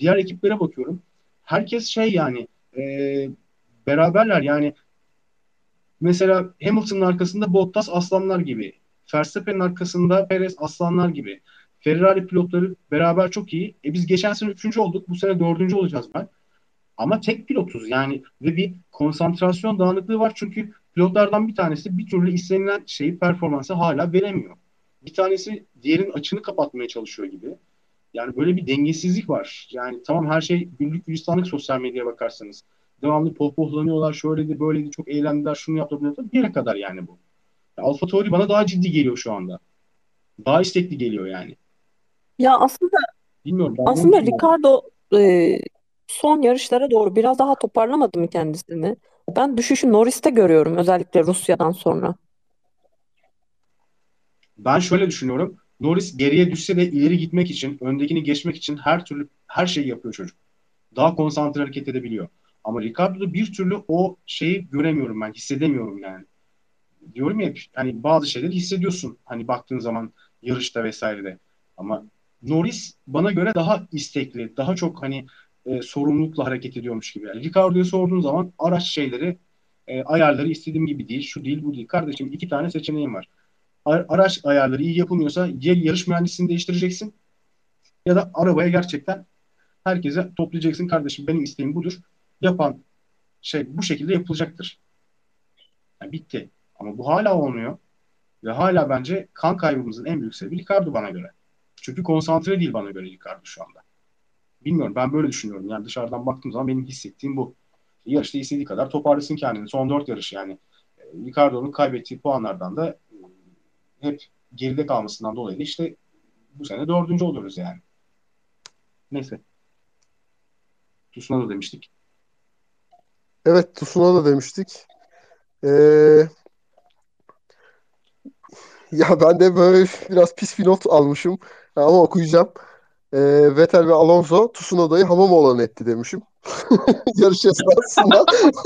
diğer ekiplere bakıyorum. Herkes şey yani e, beraberler yani. Mesela Hamilton'ın arkasında Bottas aslanlar gibi. Verstappen'in arkasında Perez aslanlar gibi. Ferrari pilotları beraber çok iyi. E biz geçen sene üçüncü olduk. Bu sene dördüncü olacağız ben. Ama tek pilotuz yani ve bir konsantrasyon dağınıklığı var çünkü pilotlardan bir tanesi bir türlü istenilen şeyi performansı hala veremiyor. Bir tanesi diğerinin açığını kapatmaya çalışıyor gibi. Yani böyle bir dengesizlik var. Yani tamam her şey güllük gülistanlık sosyal medyaya bakarsanız. Devamlı pohpohlanıyorlar, şöyleydi, böyleydi, çok eğlendiler, şunu yaptı, bunu yaptı. Bir yere kadar yani bu. Alfa Tauri bana daha ciddi geliyor şu anda. Daha istekli geliyor yani. Ya aslında Bilmiyorum ben bunu aslında düşünüyorum. Ricardo e, son yarışlara doğru biraz daha toparlamadı mı kendisini? Ben düşüşü Norris'te görüyorum, özellikle Rusya'dan sonra. Ben şöyle düşünüyorum. Norris geriye düşse de ileri gitmek için, öndekini geçmek için her türlü her şeyi yapıyor çocuk. Daha konsantre hareket edebiliyor. Ama Ricardo'da bir türlü o şeyi göremiyorum ben, hissedemiyorum yani. Diyorum ya hani bazı şeyleri hissediyorsun hani baktığın zaman yarışta vesairede. Ama Norris bana göre daha istekli, daha çok hani e, sorumlulukla hareket ediyormuş gibi. Yani Ricardo'ya sorduğun zaman araç şeyleri, e, ayarları istediğim gibi değil, şu değil, bu değil. Kardeşim iki tane seçeneğim var. A- araç ayarları iyi yapılmıyorsa ya yarış mühendisliğini değiştireceksin ya da arabaya gerçekten herkese toplayacaksın. Kardeşim benim isteğim budur. Yapan şey bu şekilde yapılacaktır. Yani bitti. Ama bu hala olmuyor. Ve hala bence kan kaybımızın en büyük sebebi Ricardo bana göre. Çünkü konsantre değil bana göre Ricardo şu anda. Bilmiyorum ben böyle düşünüyorum. Yani dışarıdan baktığım zaman benim hissettiğim bu. Yarışta istediği kadar toparlasın kendini. Son dört yarış yani. E, Ricardo'nun kaybettiği puanlardan da e, hep geride kalmasından dolayı da işte bu sene dördüncü oluyoruz yani. Neyse. Tsunoda demiştik. Evet, Tsunoda demiştik. Ee, ya ben de böyle biraz pis bir not almışım ama okuyacağım. Ee, Vettel ve Alonso Tsunoda'yı hamam olan etti demişim. Yarış esnasında.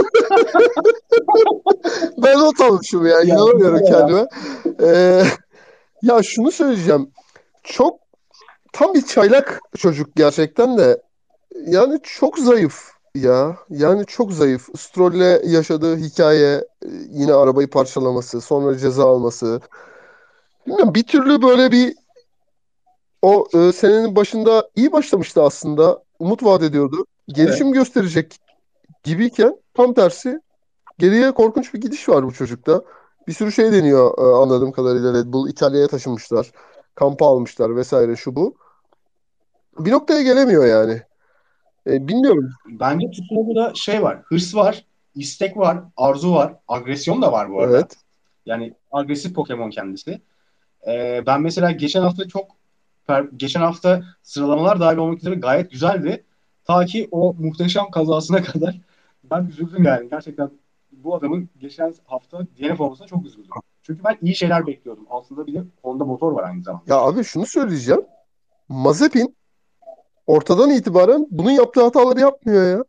Ben not almışım ya. Ya, İnanamıyorum ya. kendime. Ee, ya şunu söyleyeceğim. Çok tam bir çaylak çocuk gerçekten de. Yani çok zayıf ya. Yani çok zayıf. Stroll'le yaşadığı hikaye, e, yine arabayı parçalaması, sonra ceza alması. Bilmiyorum, bir türlü böyle bir o e, senenin başında iyi başlamıştı aslında. Umut vaat ediyordu. Evet. Gelişim gösterecek gibiyken tam tersi geriye korkunç bir gidiş var bu çocukta. Bir sürü şey deniyor, e, anladığım kadarıyla Red Bull. İtalya'ya taşınmışlar. Kampa almışlar vesaire şu bu. Bir noktaya gelemiyor yani. E, bilmiyorum. Bence Tsunoda'da şey var. Hırs var. İstek var. Arzu var. Agresyon da var bu arada. Evet. Yani agresif Pokemon kendisi. Ee, ben mesela geçen hafta çok geçen hafta sıralamalar dahil olmak üzere gayet güzeldi. Ta ki o muhteşem kazasına kadar ben üzüldüm yani. Gerçekten bu adamın geçen hafta D N F olmasına çok üzüldüm. Çünkü ben iyi şeyler bekliyordum. Altında bir de Honda motor var aynı zamanda. Ya abi şunu söyleyeceğim. Mazepin ortadan itibaren bunun yaptığı hataları yapmıyor ya.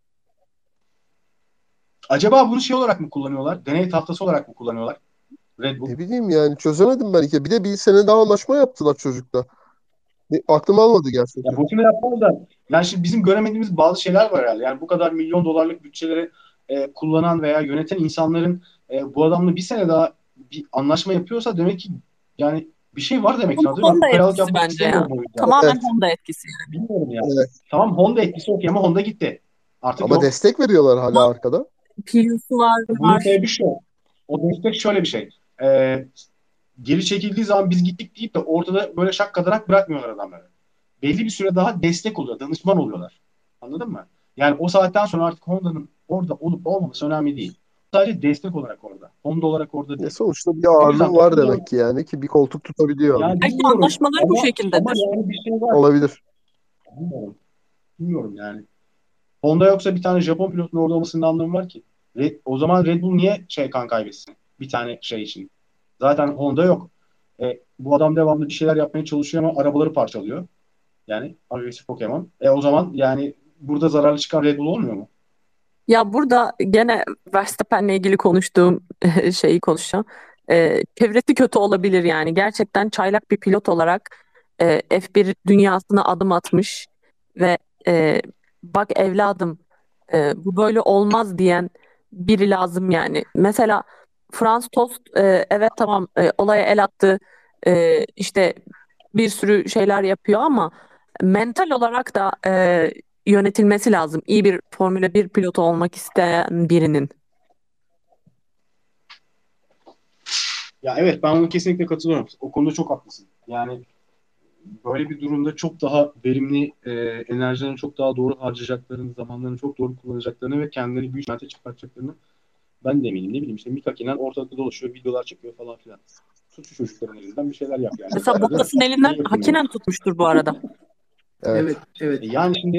Acaba bunu şey olarak mı kullanıyorlar? Deney tahtası olarak mı kullanıyorlar? Red Bull. Ne bileyim yani, çözemedim ben iki. Bir de bir sene daha anlaşma yaptılar çocukla. Ne- Aklım almadı Ya gerçekten. boşuna yapmaz da. Yani şimdi bizim göremediğimiz bazı şeyler var herhalde. Yani bu kadar milyon dolarlık bütçeleri e, kullanan veya yöneten insanların e, bu adamla bir sene daha bir anlaşma yapıyorsa demek ki yani bir şey var demektir. Bunun Anladın mı? Ben Honda ukalalık etkisi yapmak bence ya. istemiyorum o yüzden. Tamamen Evet, Honda etkisi yani. Bilmiyorum ya. evet. Tamam Honda etkisi okey ama Honda gitti. Artık Ama yok. destek veriyorlar hala Ama arkada. Pius'u var, Bunun var. sebebi şu. O destek şöyle bir şey. E, geri çekildiği zaman biz gittik deyip de ortada böyle şakkadarak bırakmıyorlar adamları. Belli bir süre daha destek oluyor, danışman oluyorlar. Anladın mı? Yani o saatten sonra artık Honda'nın orada olup olmaması önemli değil. Sadece destek olarak orada. Honda olarak orada Ya değil. sonuçta bir O ağırlığı yüzden var toplu demek ki, yani ki bir koltuk tutabiliyor adam. yani Belki bilmiyorum anlaşmaları bu ama ama şekildedir. yani bir şey var. Olabilir. Bilmiyorum. Bilmiyorum yani. Honda yoksa bir tane Japon pilotun orada olmasının anlamı var ki. Red, o zaman Red Bull niye şey kan kaybetsin? Bir tane şey için. Zaten Honda yok. E, bu adam devamlı bir şeyler yapmaya çalışıyor ama arabaları parçalıyor. Yani agresif Pokemon. E o zaman yani burada zararlı çıkan Red Bull olmuyor mu? Ya burada gene Verstappen'le ilgili konuştuğum şeyi konuşacağım. Ee, çevresi kötü olabilir yani. Gerçekten çaylak bir pilot olarak e, F bir dünyasına adım atmış ve e, bak evladım, e, bu böyle olmaz diyen biri lazım yani. Mesela Franz Tost, e, evet tamam, e, olaya el attı, e, işte bir sürü şeyler yapıyor ama mental olarak da e, yönetilmesi lazım. İyi bir Formula bir pilotu olmak isteyen birinin. Ya evet, ben ona kesinlikle katılıyorum. O konuda çok haklısın. Yani böyle bir durumda çok daha verimli e, enerjilerini çok daha doğru harcayacaklarını, zamanlarını çok doğru kullanacaklarını ve kendileri büyük yönete çıkartacaklarını ben de eminim. Ne bileyim işte Mika Kinen ortalıkta dolaşıyor, videolar çekiyor falan filan. Tut şu çocukların elinden bir şeyler yap yani. Mesela Değil mi? Bottas'ın Ne elinden yapayım yani? Hakkinen tutmuştur bu arada. Evet. Evet, evet. E yani şimdi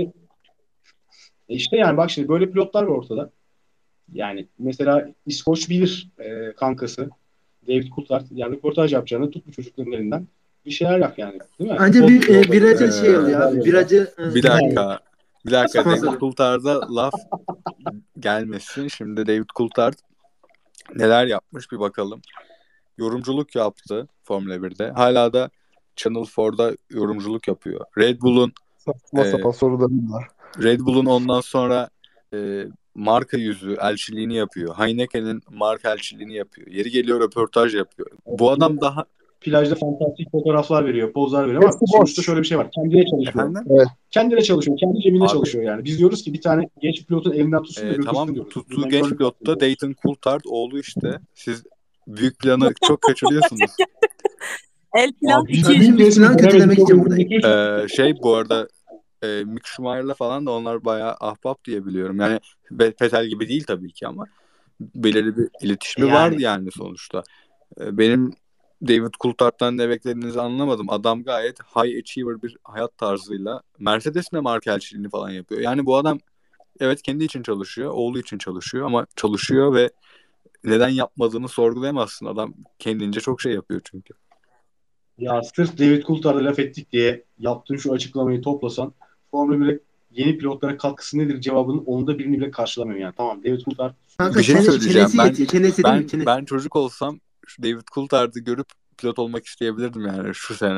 e işte yani bak şimdi böyle pilotlar var ortada. Yani mesela İskoç bilir e, kankası David Coulthard, yani röportaj yapacağını tut bu çocukların elinden bir şeyler yap yani. Değil mi? Anca Bol bir e, yolda viracın gidiyor. şey Ee, oluyor abi. Yolda. Viracı e, bir dakika. Bir dakika. David sponsoru. Coulthard'a laf gelmesin. Şimdi David Coulthard neler yapmış bir bakalım. Yorumculuk yaptı Formula birde. Hala da Channel dörtte yorumculuk yapıyor. Red Bull'un Saçma e, sapan sorularım var. Red Bull'un ondan sonra e, marka yüzü elçiliğini yapıyor. Heineken'in marka elçiliğini yapıyor. Yeri geliyor röportaj yapıyor. Bu adam daha Plajda fantastik fotoğraflar veriyor, pozlar veriyor ama Hepsi sonuçta boş. şöyle bir şey var. Kendine çalışıyor. efendim Evet. Kendine çalışıyor. Kendi cebinde abi çalışıyor yani. Biz diyoruz ki bir tane genç pilotun elinden tutsun da e, götürsün tamam diyoruz. tuttuğu Biz genç nankörlük pilot da yapıyoruz. Dayton Coulthard oğlu işte. Siz büyük planı çok kaçırıyorsunuz. El plan Abi biz Ha, iki. biz büyük plan kötülemek için buradayız. Ee, şey bu arada e, Mick Schumacher'la falan da onlar bayağı ahbap diye biliyorum. Yani Vettel gibi değil tabii ki ama belirli bir iletişimi vardı Yani yani sonuçta. Ee, benim David Coulthard'dan ne beklediğinizi anlamadım. Adam gayet high achiever bir hayat tarzıyla Mercedes'le marka elçiliğini falan yapıyor. Yani bu adam evet kendi için çalışıyor, oğlu için çalışıyor ama çalışıyor ve neden yapmadığını sorgulayamazsın. Adam kendince çok şey yapıyor çünkü. ya sırf David Coulthard'a laf ettik diye yaptığın şu açıklamayı toplasan Formula bire yeni pilotlara katkısı nedir cevabının onda birini bile karşılamıyor yani. Tamam, David Coulthard Kanka Bir şey çene, söyleyeceğim. çenesi Ben yetiyor. Çenesi değil mi? ben Çenesi. ben çocuk olsam şu David Coulthard'ı görüp pilot olmak isteyebilirdim yani şu sene.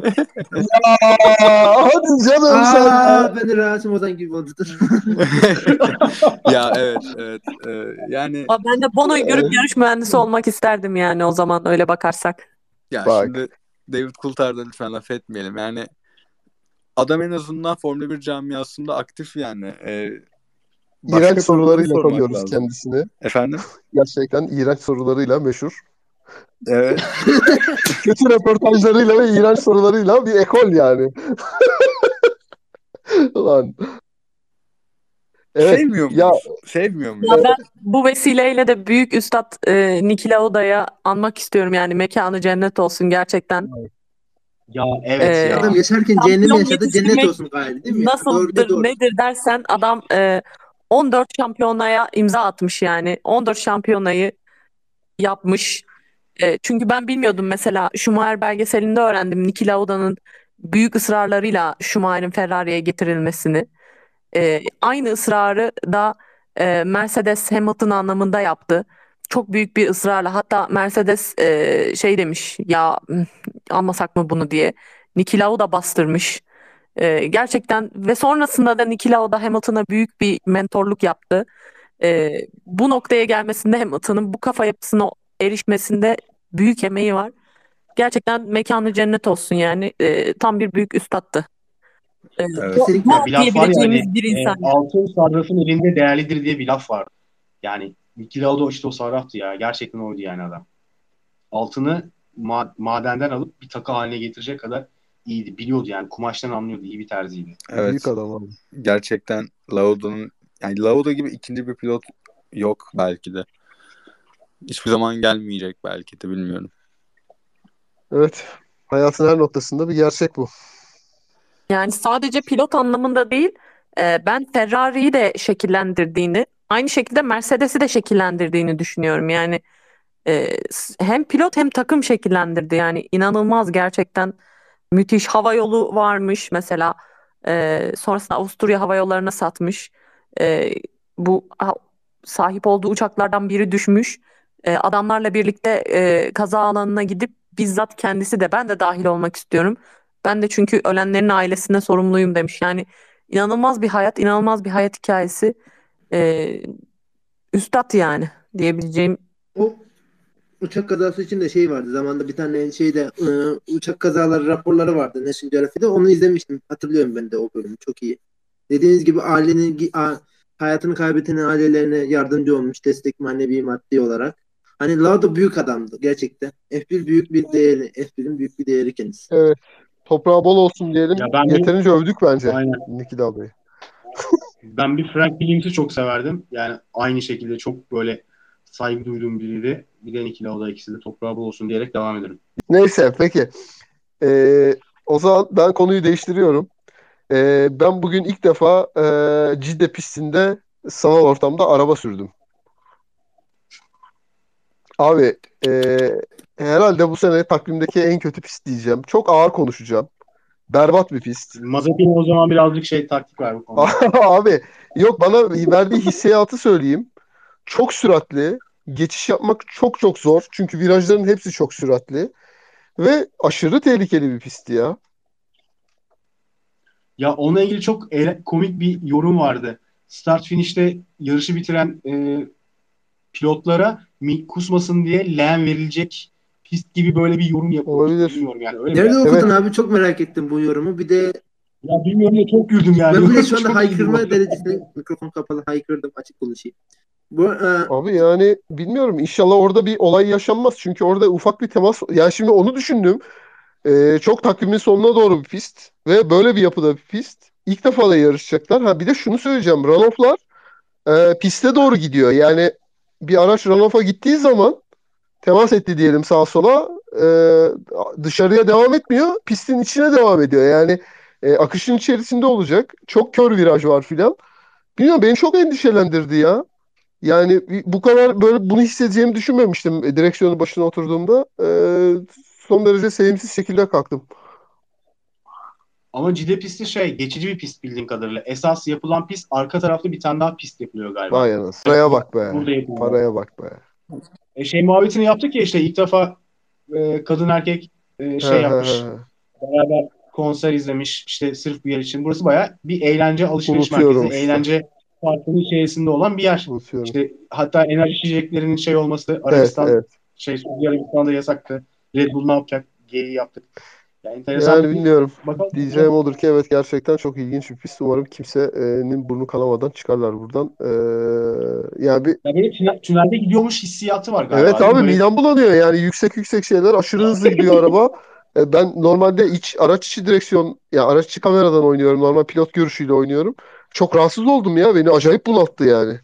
Aa, hadi canım sen ya. Aa, ben de Rasim Ozan gibi oldu. Dur. Ya evet evet Ee, yani Aa, ben de Bono'yu görüp yarış mühendisi olmak isterdim yani o zaman öyle bakarsak. ya Bak. şimdi David Coulthard'a lütfen laf etmeyelim. Yani adam en azından Formula bir camiasında aktif yani. Ee, başka İğrenç pilotları sorularıyla sormak tanıyoruz lazım. kendisini. Efendim? Gerçekten iğrenç sorularıyla meşhur. Evet. Kötü röportajlarıyla ve iğrenç sorularıyla bir ekol yani. Ulan. Evet. Sevmiyor Ya muyuz? Sevmiyor Ya muyuz? ben bu vesileyle de büyük üstad e, Niki Lauda'ya anmak istiyorum yani mekanı cennet olsun gerçekten. ya evet E, Adam ya. yaşarken cehennemi şampiyon yaşadı. Cennet yetiştirmek olsun gayri değil mi ya? Doğru ne nasıldır doğru. nedir dersen adam e, on dört şampiyonaya imza atmış yani. on dört şampiyonayı yapmış. E, çünkü ben bilmiyordum mesela Schumacher belgeselinde öğrendim Niki Lauda'nın büyük ısrarlarıyla Schumacher'in Ferrari'ye getirilmesini. E, aynı ısrarı da e, Mercedes Hamilton anlamında yaptı. Çok büyük bir ısrarla hatta Mercedes e, şey demiş ya "Hmm, almasak mı bunu" diye. Niki Lauda bastırmış. E, gerçekten ve sonrasında da Niki Lauda Hamilton'a büyük bir mentorluk yaptı. E, bu noktaya gelmesinde Hamilton'ın bu kafa yapısına erişmesinde büyük emeği var. Gerçekten mekanı cennet olsun yani. E, tam bir büyük üstattı. E, Evet. Kesinlikle. Ya Fuat bir laf var ya hani diyebileceğimiz bir e, insan. altın sarrafın elinde değerlidir diye bir laf var. Yani Niki Lauda işte o sarraftı ya. Gerçekten oydu yani adam. Altını ma- madenden alıp bir takı haline getirecek kadar iyiydi. Biliyordu yani. Kumaştan anlıyordu. İyi bir terziydi. büyük Evet. adam abi. Gerçekten Lauda'nın yani Lauda gibi ikinci bir pilot yok belki de. Hiçbir zaman gelmeyecek belki de bilmiyorum. Evet. Hayatın her noktasında bir gerçek bu. Yani sadece pilot anlamında değil, e, ben Ferrari'yi de şekillendirdiğini, aynı şekilde Mercedes'i de şekillendirdiğini düşünüyorum. Yani e, s- hem pilot hem takım şekillendirdi. Yani inanılmaz gerçekten müthiş hava yolu varmış mesela. E, sonrasında Avusturya Hava Yolları'na satmış. E, bu ha- sahip olduğu uçaklardan biri düşmüş. E, adamlarla birlikte e, kaza alanına gidip bizzat kendisi de ben de dahil olmak istiyorum. Ben de çünkü ölenlerin ailesine sorumluyum demiş. Yani İnanılmaz bir hayat, inanılmaz bir hayat hikayesi. Ee, Üstad yani diyebileceğim. O uçak kazası için de şey vardı. Zamanında bir tane şeyde ıı, uçak kazaları raporları vardı National Geographic'te. Onu izlemiştim. Hatırlıyorum ben de o bölümü. Çok iyi. Dediğiniz gibi ailenin gi- a- hayatını kaybeden ailelerine yardımcı olmuş. Destek manevi maddi olarak. Hani Lauda büyük adamdı gerçekten. F bir büyük bir değeri. F bir'in büyük bir değeri kendisi. Evet. Toprağı bol olsun diyelim. Ya ben bir Yeterince övdük bence aynen. Niki Lauda'yı. Ben bir Frank Williams'ı çok severdim. Yani aynı şekilde çok böyle saygı duyduğum biriydi. Bir de Niki Lauda, ikisi de toprağı bol olsun diyerek devam ederim. Neyse peki. Ee, o zaman ben konuyu değiştiriyorum. Ee, ben bugün ilk defa e, Cidde pistinde sanal ortamda araba sürdüm. Abi e, herhalde bu sene takvimdeki en kötü pist diyeceğim. Çok ağır konuşacağım. Berbat bir pist. Mazepin o zaman birazcık şey taktik var bu konuda. Abi yok, bana verdiği hissiyatı söyleyeyim. Çok süratli. Geçiş yapmak çok çok zor. Çünkü virajların hepsi çok süratli. Ve aşırı tehlikeli bir pistti ya. Ya onunla ilgili çok eğle- komik bir yorum vardı. Start finish'te yarışı bitiren e, pilotlara mi kusmasın diye leğen verilecek pist gibi böyle bir yorum yapılmıştı. Olabilir. Bilmiyorum yani öyle mi? Nerede Yani? okudun Evet. abi? Çok merak ettim bu yorumu. Bir de Ya bilmiyorum ya, çok güldüm yani. ben bile şu anda Çok güldüm haykırma orada. derecesinde mikrofon kapalı haykırdım, açık konuşayım. Bu e, Abi yani bilmiyorum, inşallah orada bir olay yaşanmaz. Çünkü orada ufak bir temas. Yani şimdi onu düşündüm. Ee, çok takvimin sonuna doğru bir pist. Ve böyle bir yapıda bir pist. İlk defa da yarışacaklar. Ha bir de şunu söyleyeceğim. Runoff'lar e, piste doğru gidiyor. Yani bir araç runoff'a gittiği zaman, temas etti diyelim sağa sola, e, dışarıya devam etmiyor. Pistin içine devam ediyor. Yani e, akışın içerisinde olacak. Çok kör viraj var filan. Bilmiyorum, beni çok endişelendirdi ya. Yani bu kadar böyle bunu hissedeceğimi düşünmemiştim e, direksiyonun başına oturduğumda. Ee, son derece sevimsiz şekilde kalktım. Ama Cide pisti şey geçici bir pist bildiğim kadarıyla. Esas yapılan pist arka tarafta bir tane daha pist yapılıyor galiba. Vay anasını. Paraya Bu, bak be. burada yapılıyor. Paraya bak be. E şey muhabbetini yaptık ya işte ilk defa e, kadın erkek e, şey yapmış. Beraber konser izlemiş işte sırf bu yer için. Burası bayağı bir eğlence alışveriş Unutuyorum merkezi. işte. Eğlence parkının içerisinde olan bir yer. Unutuyorum. İşte hatta enerji içeceklerinin şey olması Evet, Arabistan evet. şey Suudi Arabistan'da yasaktı. Red Bull ne yapacak? Geyiği yaptık. Yani enteresan Yani bir pist. bilmiyorum. Bakalım. Diyeceğim odur ki evet, gerçekten çok ilginç bir pist. Umarım kimsenin burnu kanamadan çıkarlar buradan. Ee, yani bir Ya böyle tünel, tünelde gidiyormuş hissiyatı var galiba evet değil mi? abi, Böyle midem bulanıyor yani, yüksek yüksek şeyler, aşırı hızlı gidiyor araba. E, Ben normalde iç araç içi direksiyon, ya araç içi kameradan oynuyorum. Normal pilot görüşüyle oynuyorum. Çok rahatsız oldum ya. Beni acayip bunalttı yani.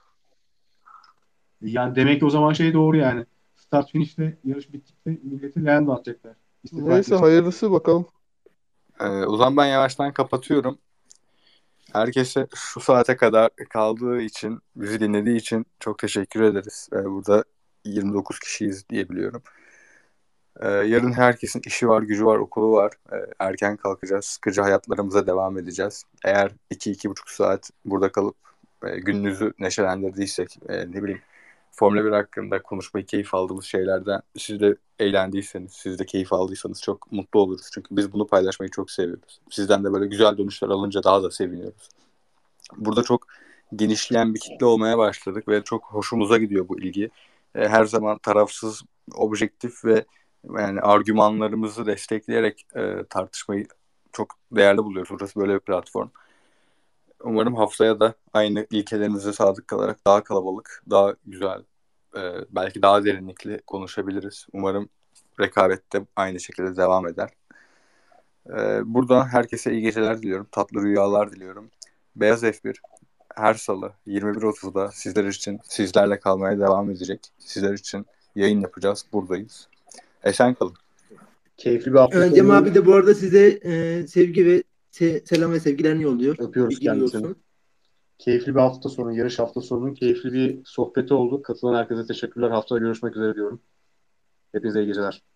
yani demek ki o zaman şey doğru yani. Start finish'te yarış bittikte milleti leğen dağıtacaklar. İstifa Neyse etmesinler. hayırlısı bakalım. Ee, o zaman ben yavaştan kapatıyorum. Herkese şu saate kadar kaldığı için, bizi dinlediği için çok teşekkür ederiz. Ee, burada yirmi dokuz kişiyiz diyebiliyorum. Ee, yarın herkesin işi var, gücü var, okulu var. Ee, erken kalkacağız, sıkıcı hayatlarımıza devam edeceğiz. Eğer iki iki buçuk saat burada kalıp e, gününüzü neşelendirdiysek, e, ne bileyim, Formula bir hakkında konuşmayı keyif aldığımız şeylerden siz de eğlendiyseniz, siz de keyif aldıysanız çok mutlu oluruz. Çünkü biz bunu paylaşmayı çok seviyoruz. Sizden de böyle güzel dönüşler alınca daha da seviniyoruz. Burada çok genişleyen bir kitle olmaya başladık ve çok hoşumuza gidiyor bu ilgi. E, her zaman tarafsız, objektif ve yani argümanlarımızı destekleyerek e, tartışmayı çok değerli buluyoruz. Burası böyle bir platform. Umarım haftaya da aynı ilkelerimize sadık kalarak daha kalabalık, daha güzel, e, belki daha derinlikli konuşabiliriz. Umarım rekabet de aynı şekilde devam eder. E, buradan herkese iyi geceler diliyorum. Tatlı rüyalar diliyorum. Beyaz F bir her salı yirmi bir otuzda sizler için, sizlerle kalmaya devam edecek. Sizler için yayın yapacağız. Buradayız. Esen kalın. Keyifli bir hafta evet, sonu. Cem abi de bu arada size e, sevgi ve se- selam ve sevgilerini yolluyor. Öpüyoruz Bilginiz kendisini. olsun. Keyifli bir hafta sonu, yarış hafta sonunun keyifli bir sohbeti oldu. Katılan herkese teşekkürler. Haftaya görüşmek üzere diyorum. Hepinize iyi geceler.